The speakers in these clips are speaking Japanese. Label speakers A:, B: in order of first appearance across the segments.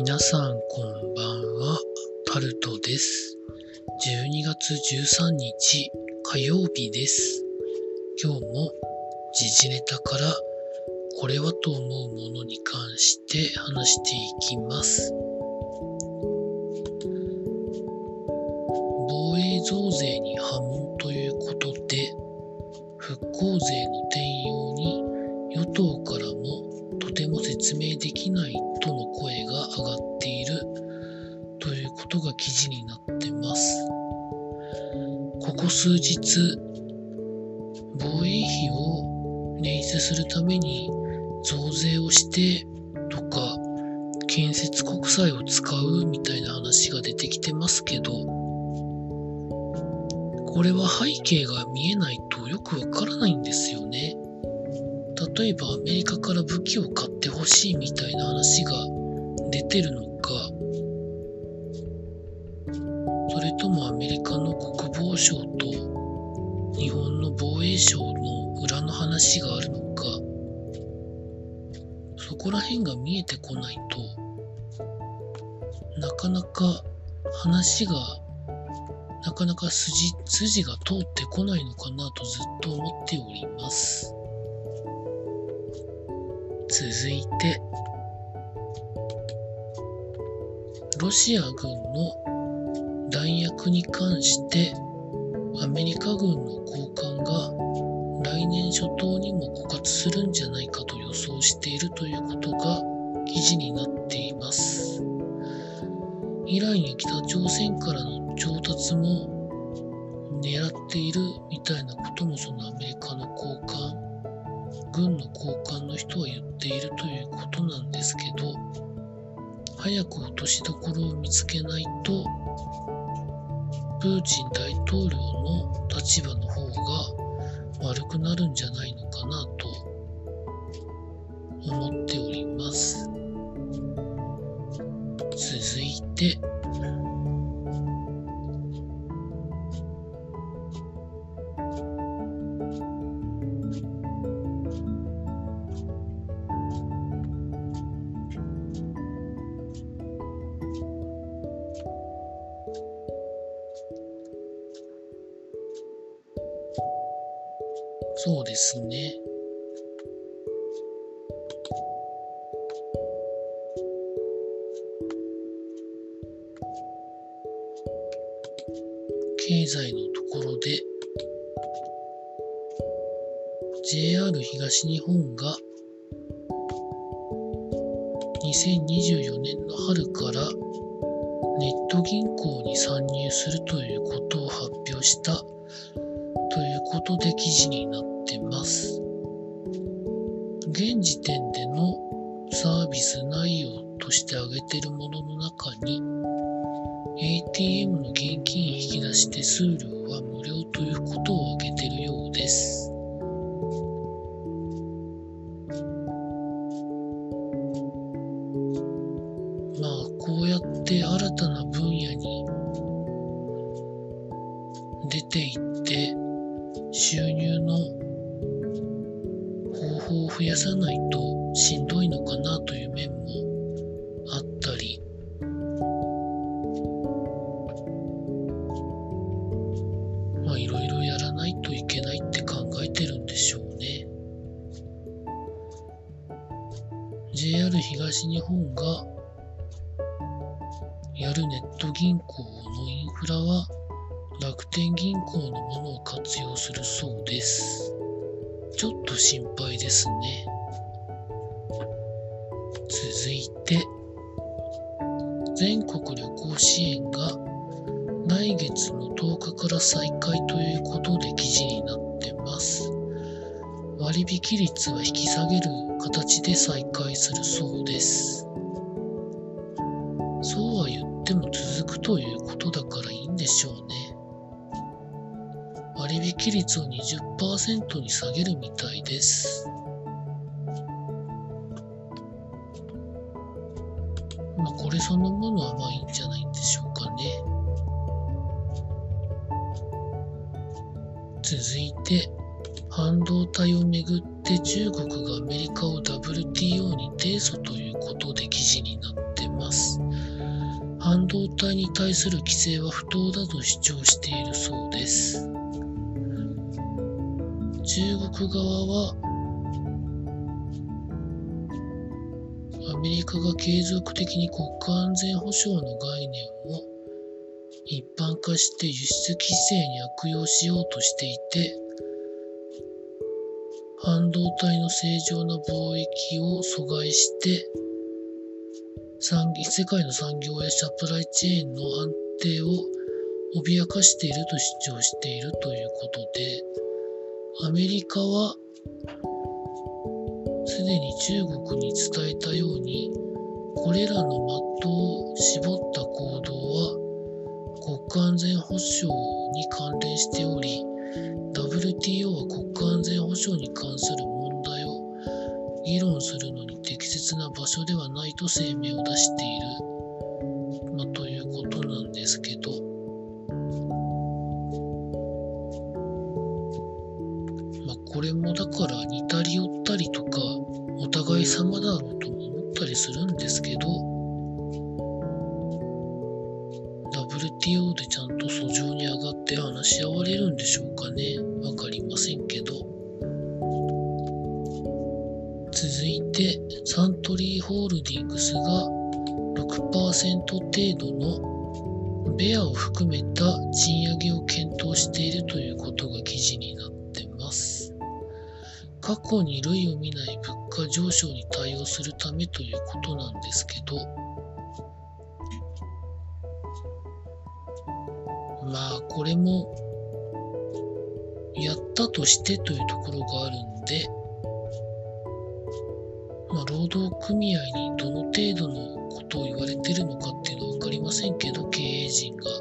A: 皆さんこんばんは、タルトです。12月13日火曜日です。今日も時事ネタからこれはと思うものに関して話していきます。防衛増税に波紋ということで、復興税の転用に与党からもとても説明できないとの声が上がっているということが記事になってます。ここ数日、防衛費を捻出するために増税をしてとか、建設国債を使うみたいな話が出てきてますけど、これは背景が見えないとよくわからないんですよね。例えばアメリカから武器を買ってほしいみたいな話が出てるのか、それともアメリカの国防省と日本の防衛省の裏の話があるのか、そこら辺が見えてこないと、なかなか話が筋が通ってこないのかなとずっと思っております。続いて、ロシア軍の弾薬に関してアメリカ軍の高官が来年初頭にも枯渇するんじゃないかと予想しているということが記事になっています。イランや北朝鮮からの調達も狙っているみたいなことも、そのアメリカの軍の高官の人は言っているということなんですけど、早く落としどころを見つけないと、プーチン大統領の立場の方が悪くなるんじゃないのかなと思っております。続いて、そうですね。経済のところで、JR 東日本が2024年の春からネット銀行に参入するということを発表したということで記事になってます。現時点でのサービス内容として挙げているものの中に、ATM の現金引き出し手数料は無料ということを挙げているようです。こうやって新たな分野に出ていって収入の方法を増やさないとしんどいのかなという面もあったり、いろいろやらないといけないって考えてるんでしょうね。JR 東日本がやるネット銀行のインフラは楽天銀行のものを活用するそうです。ちょっと心配ですね。続いて、全国旅行支援が来月の10日から再開ということで記事になってます。割引率は引き下げる形で再開するそうです。そうは言っても続くということだからいいんでしょうね。割引率を 20% に下げるみたいです。これそのものはいいんじゃないんでしょうかね。続いて、半導体をめぐって中国がアメリカを WTO に提訴ということで記事になってます。半導体に対する規制は不当だと主張しているそうです。中国側はアメリカが継続的に国家安全保障の概念を一般化して輸出規制に悪用しようとしていて、半導体の正常な貿易を阻害して世界の産業やサプライチェーンの安定を脅かしていると主張しているということで、アメリカはすでに中国に伝えたように、これらの的を絞った行動は国家安全保障に関連しており、WTO は国家安全保障に関する問題を議論するのに適切な場所ではないと声明を出している、ということなんですけど、これもだから似たり寄ったりとかお互い様だろうと思ったりするんですけど、WTO でちゃんと訴状に上がって話し合われるんでしょうかね。わかりませんけど。続いてサントリーホールディングスが 6% 程度のベアを含めた賃上げを検討しているということが記事になっています。過去に類を見ない物価上昇に対応するためということなんですけど、これもやったとしてというところがあるんで、労働組合にどの程度のことを言われているのかっていうのは分かりませんけど、経営陣が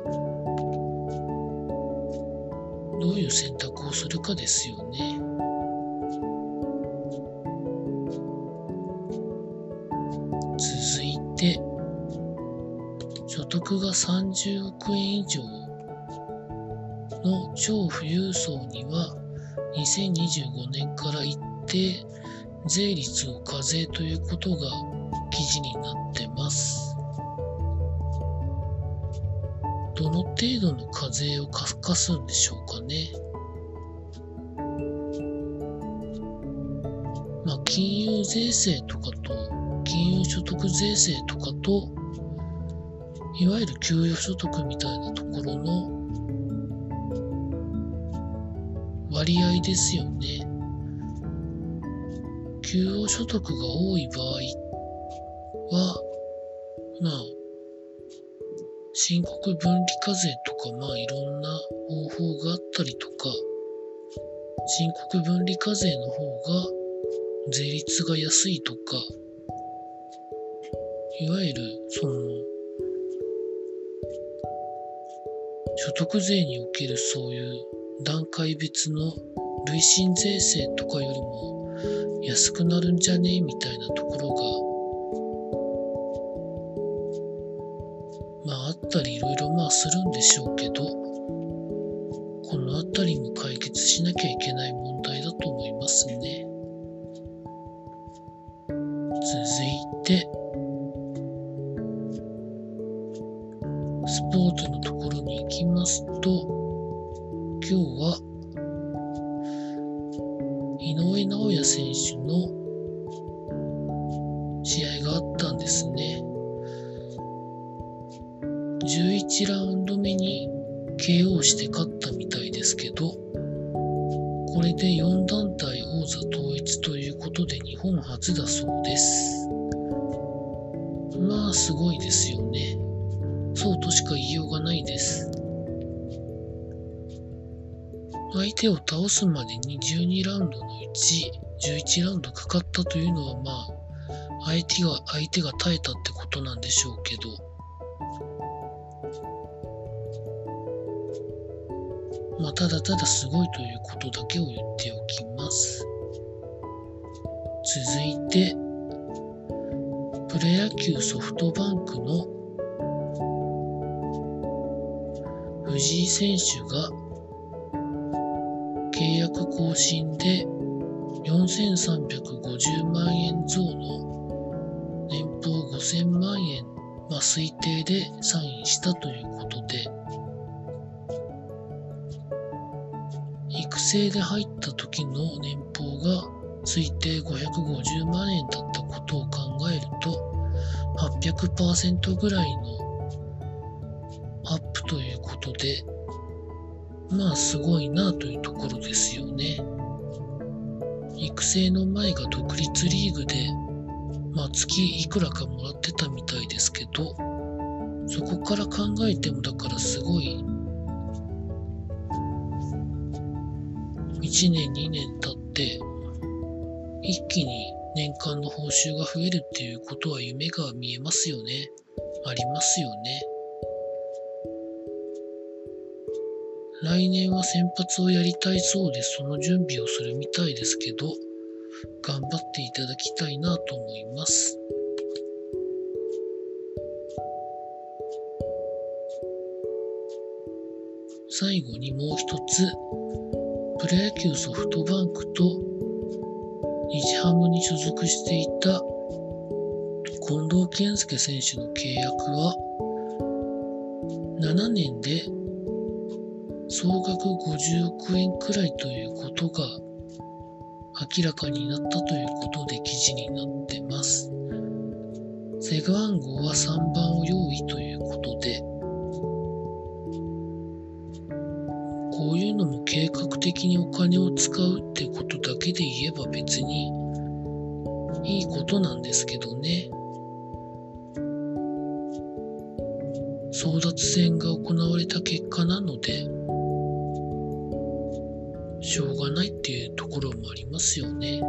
A: どういう選択をするかですよね。続いて、所得が30億円以上の超富裕層には2025年から一定税率を課税ということが記事になってます。どの程度の課税を課すんでしょうかね。金融税制とかと金融所得税制とかといわゆる給与所得みたいなところの割合ですよね。給与所得が多い場合は、申告分離課税とか、いろんな方法があったりとか、申告分離課税の方が税率が安いとか、いわゆる所得税におけるそういう段階別の累進税制とかよりも安くなるんじゃねえみたいなところがあったりいろいろするんでしょうけど、このあたりも解決しなきゃいけない問題だと思いますね。続いてスポーツのところに行きますと、今日は井上尚弥選手の試合があったんですね。11ラウンド目に KO して勝ったみたいですけど、これで4団体王座統一ということで日本初だそうです。すごいですよね。そうとしか言いようがないです。相手を倒すまでに12ラウンドのうち11ラウンドかかったというのは相手が耐えたってことなんでしょうけど、ただただすごいということだけを言っておきます。続いてプロ野球ソフトバンクの藤井選手が契約更新で4350万円増の年俸5000万円推定でサインしたということで、育成で入った時の年俸が推定550万円だったことを考えると、800% ぐらいのアップということで、すごいなというところですよね。育成の前が独立リーグで、月いくらかもらってたみたいですけど、そこから考えてもだからすごい、1年2年経って一気に年間の報酬が増えるっていうことは夢が見えますよね。ありますよね。来年は先発をやりたいそうで、その準備をするみたいですけど、頑張っていただきたいなと思います。最後にもう一つ、プロ野球ソフトバンクと日ハムに所属していた近藤健介選手の契約は7年で総額50億円くらいということが明らかになったということで記事になってます。背番号は3番を用意ということで、こういうのも計画的にお金を使うってことだけで言えば別にいいことなんですけどね。争奪戦が行われた結果なので、しょうがないっていうところもありますよね。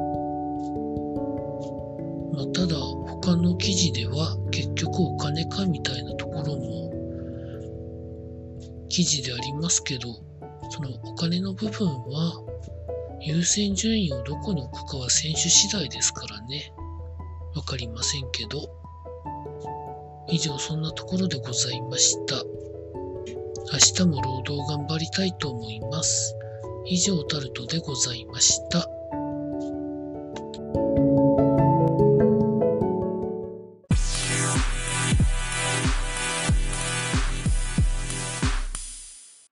A: ただ他の記事では結局お金かみたいなところも記事でありますけど、そのお金の部分は優先順位をどこに置くかは選手次第ですからね。わかりませんけど。以上、そんなところでございました。明日も労働頑張りたいと思います。以上タルトでございました。